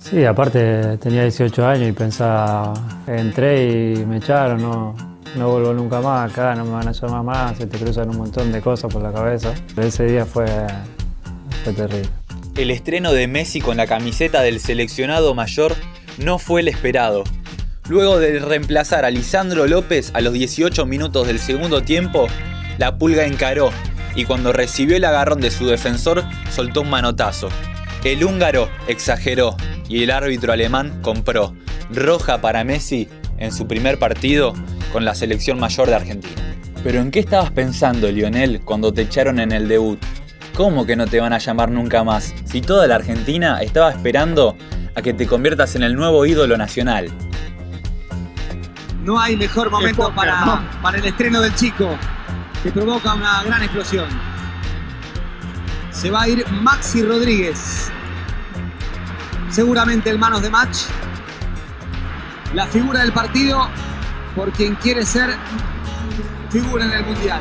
Sí, aparte tenía 18 años y pensaba, entré y me echaron, no vuelvo nunca más acá, no me van a llamar más, se te cruzan un montón de cosas por la cabeza. Ese día fue terrible. El estreno de Messi con la camiseta del seleccionado mayor no fue el esperado. Luego de reemplazar a Lisandro López a los 18 minutos del segundo tiempo, la Pulga encaró y cuando recibió el agarrón de su defensor soltó un manotazo. El húngaro exageró y el árbitro alemán compró roja para Messi en su primer partido con la selección mayor de Argentina. ¿Pero en qué estabas pensando, Lionel, cuando te echaron en el debut? ¿Cómo que no te van a llamar nunca más? Si toda la Argentina estaba esperando a que te conviertas en el nuevo ídolo nacional. No hay mejor momento para el estreno del chico, que provoca una gran explosión. Se va a ir Maxi Rodríguez. Seguramente el manos de match. La figura del partido por quien quiere ser figura en el Mundial.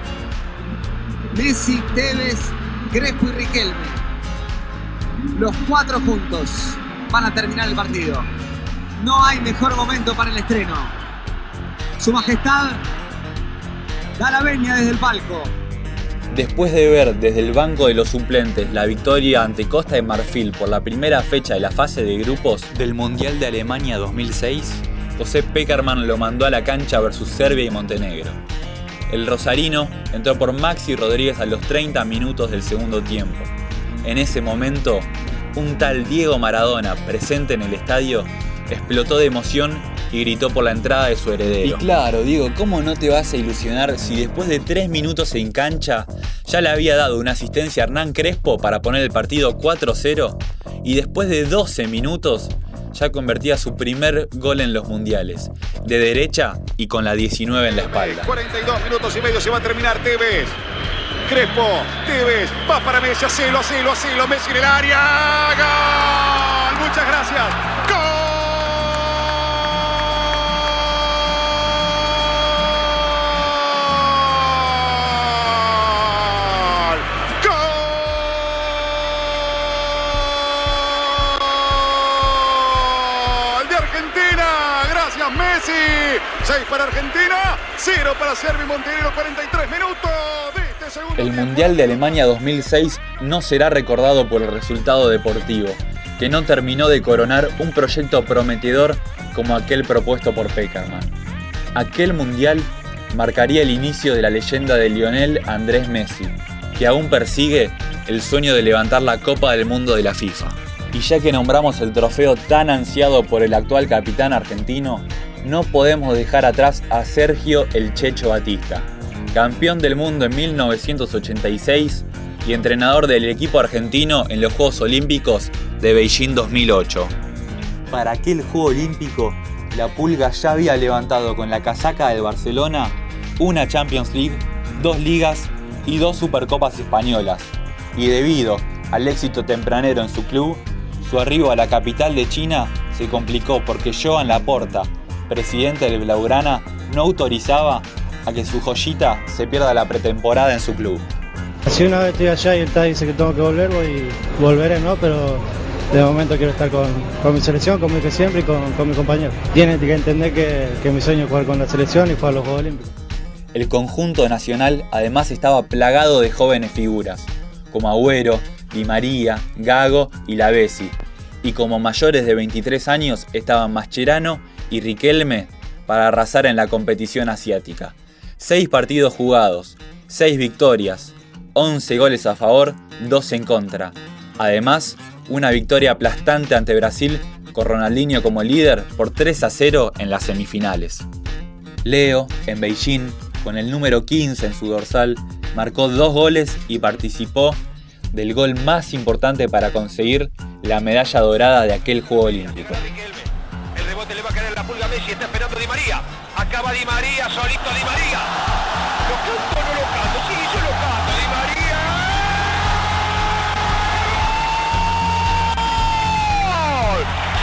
Messi, Tevez, Crespo y Riquelme. Los cuatro juntos van a terminar el partido. No hay mejor momento para el estreno. Su Majestad da la venia desde el palco. Después de ver desde el banco de los suplentes la victoria ante Costa de Marfil por la primera fecha de la fase de grupos del Mundial de Alemania 2006, José Pekerman lo mandó a la cancha versus Serbia y Montenegro. El rosarino entró por Maxi Rodríguez a los 30 minutos del segundo tiempo. En ese momento, un tal Diego Maradona, presente en el estadio, explotó de emoción y gritó por la entrada de su heredero. Y claro, Diego, ¿cómo no te vas a ilusionar si después de 3 minutos en cancha ya le había dado una asistencia a Hernán Crespo para poner el partido 4-0 y después de 12 minutos ya convertía su primer gol en los mundiales, de derecha y con la 19 en la espalda? 42 minutos y medio se va a terminar. Tevez, Crespo, Tevez, va para Messi, hacelo, Messi en el área, ¡gol! Muchas gracias, ¡gol! Messi, 6 para Argentina, 0 para Serbia y Montenegro, 43 minutos de este segundo. El Mundial de Alemania 2006 no será recordado por el resultado deportivo, que no terminó de coronar un proyecto prometedor como aquel propuesto por Pekerman. Aquel Mundial marcaría el inicio de la leyenda de Lionel Andrés Messi, que aún persigue el sueño de levantar la Copa del Mundo de la FIFA. Y ya que nombramos el trofeo tan ansiado por el actual capitán argentino, no podemos dejar atrás a Sergio El Checho Batista, campeón del mundo en 1986 y entrenador del equipo argentino en los Juegos Olímpicos de Beijing 2008. Para aquel Juego Olímpico, la Pulga ya había levantado con la casaca del Barcelona una Champions League, 2 ligas y 2 Supercopas españolas. Y debido al éxito tempranero en su club, su arribo a la capital de China se complicó porque Joan Laporta, presidente del Blaugrana, no autorizaba a que su joyita se pierda la pretemporada en su club. Si una vez estoy allá y el TAS dice que tengo que volver, volveré, ¿no? Pero de momento quiero estar con mi selección, como dije siempre, y con mi compañero. Tienen que entender que mi sueño es jugar con la selección y jugar los Juegos Olímpicos. El conjunto nacional además estaba plagado de jóvenes figuras, como Agüero, Di María, Gago y Lavezzi. Y como mayores de 23 años estaban Mascherano y Riquelme para arrasar en la competición asiática. 6 partidos jugados, 6 victorias, 11 goles a favor, 2 en contra. Además, una victoria aplastante ante Brasil con Ronaldinho como líder por 3-0 en las semifinales. Leo, en Beijing, con el número 15 en su dorsal, marcó 2 goles y participó del gol más importante para conseguir la medalla dorada de aquel Juego Olímpico. El rebote le va a caer la Pulga. Messi está esperando Di María. Acaba Di María, solito Di María. ¿Lo canto o no lo canto? Sí, yo lo canto, Di María. ¡Gol!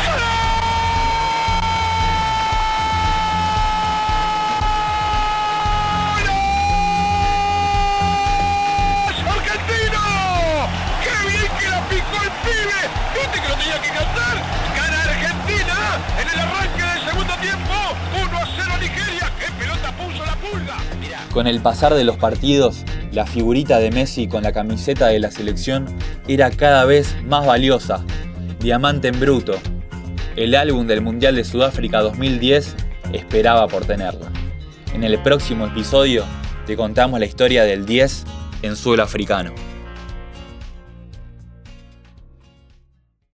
¡Gol! ¡Argentino! ¡Qué bien que la picó el pibe! ¿Viste que lo tenía que cantar? el arranque del segundo tiempo. 1-0 Nigeria. ¡Qué pelota puso la Pulga! Mirá. Con el pasar de los partidos, la figurita de Messi con la camiseta de la selección era cada vez más valiosa. Diamante en bruto. El álbum del Mundial de Sudáfrica 2010 esperaba por tenerla. En el próximo episodio te contamos la historia del 10 en suelo africano.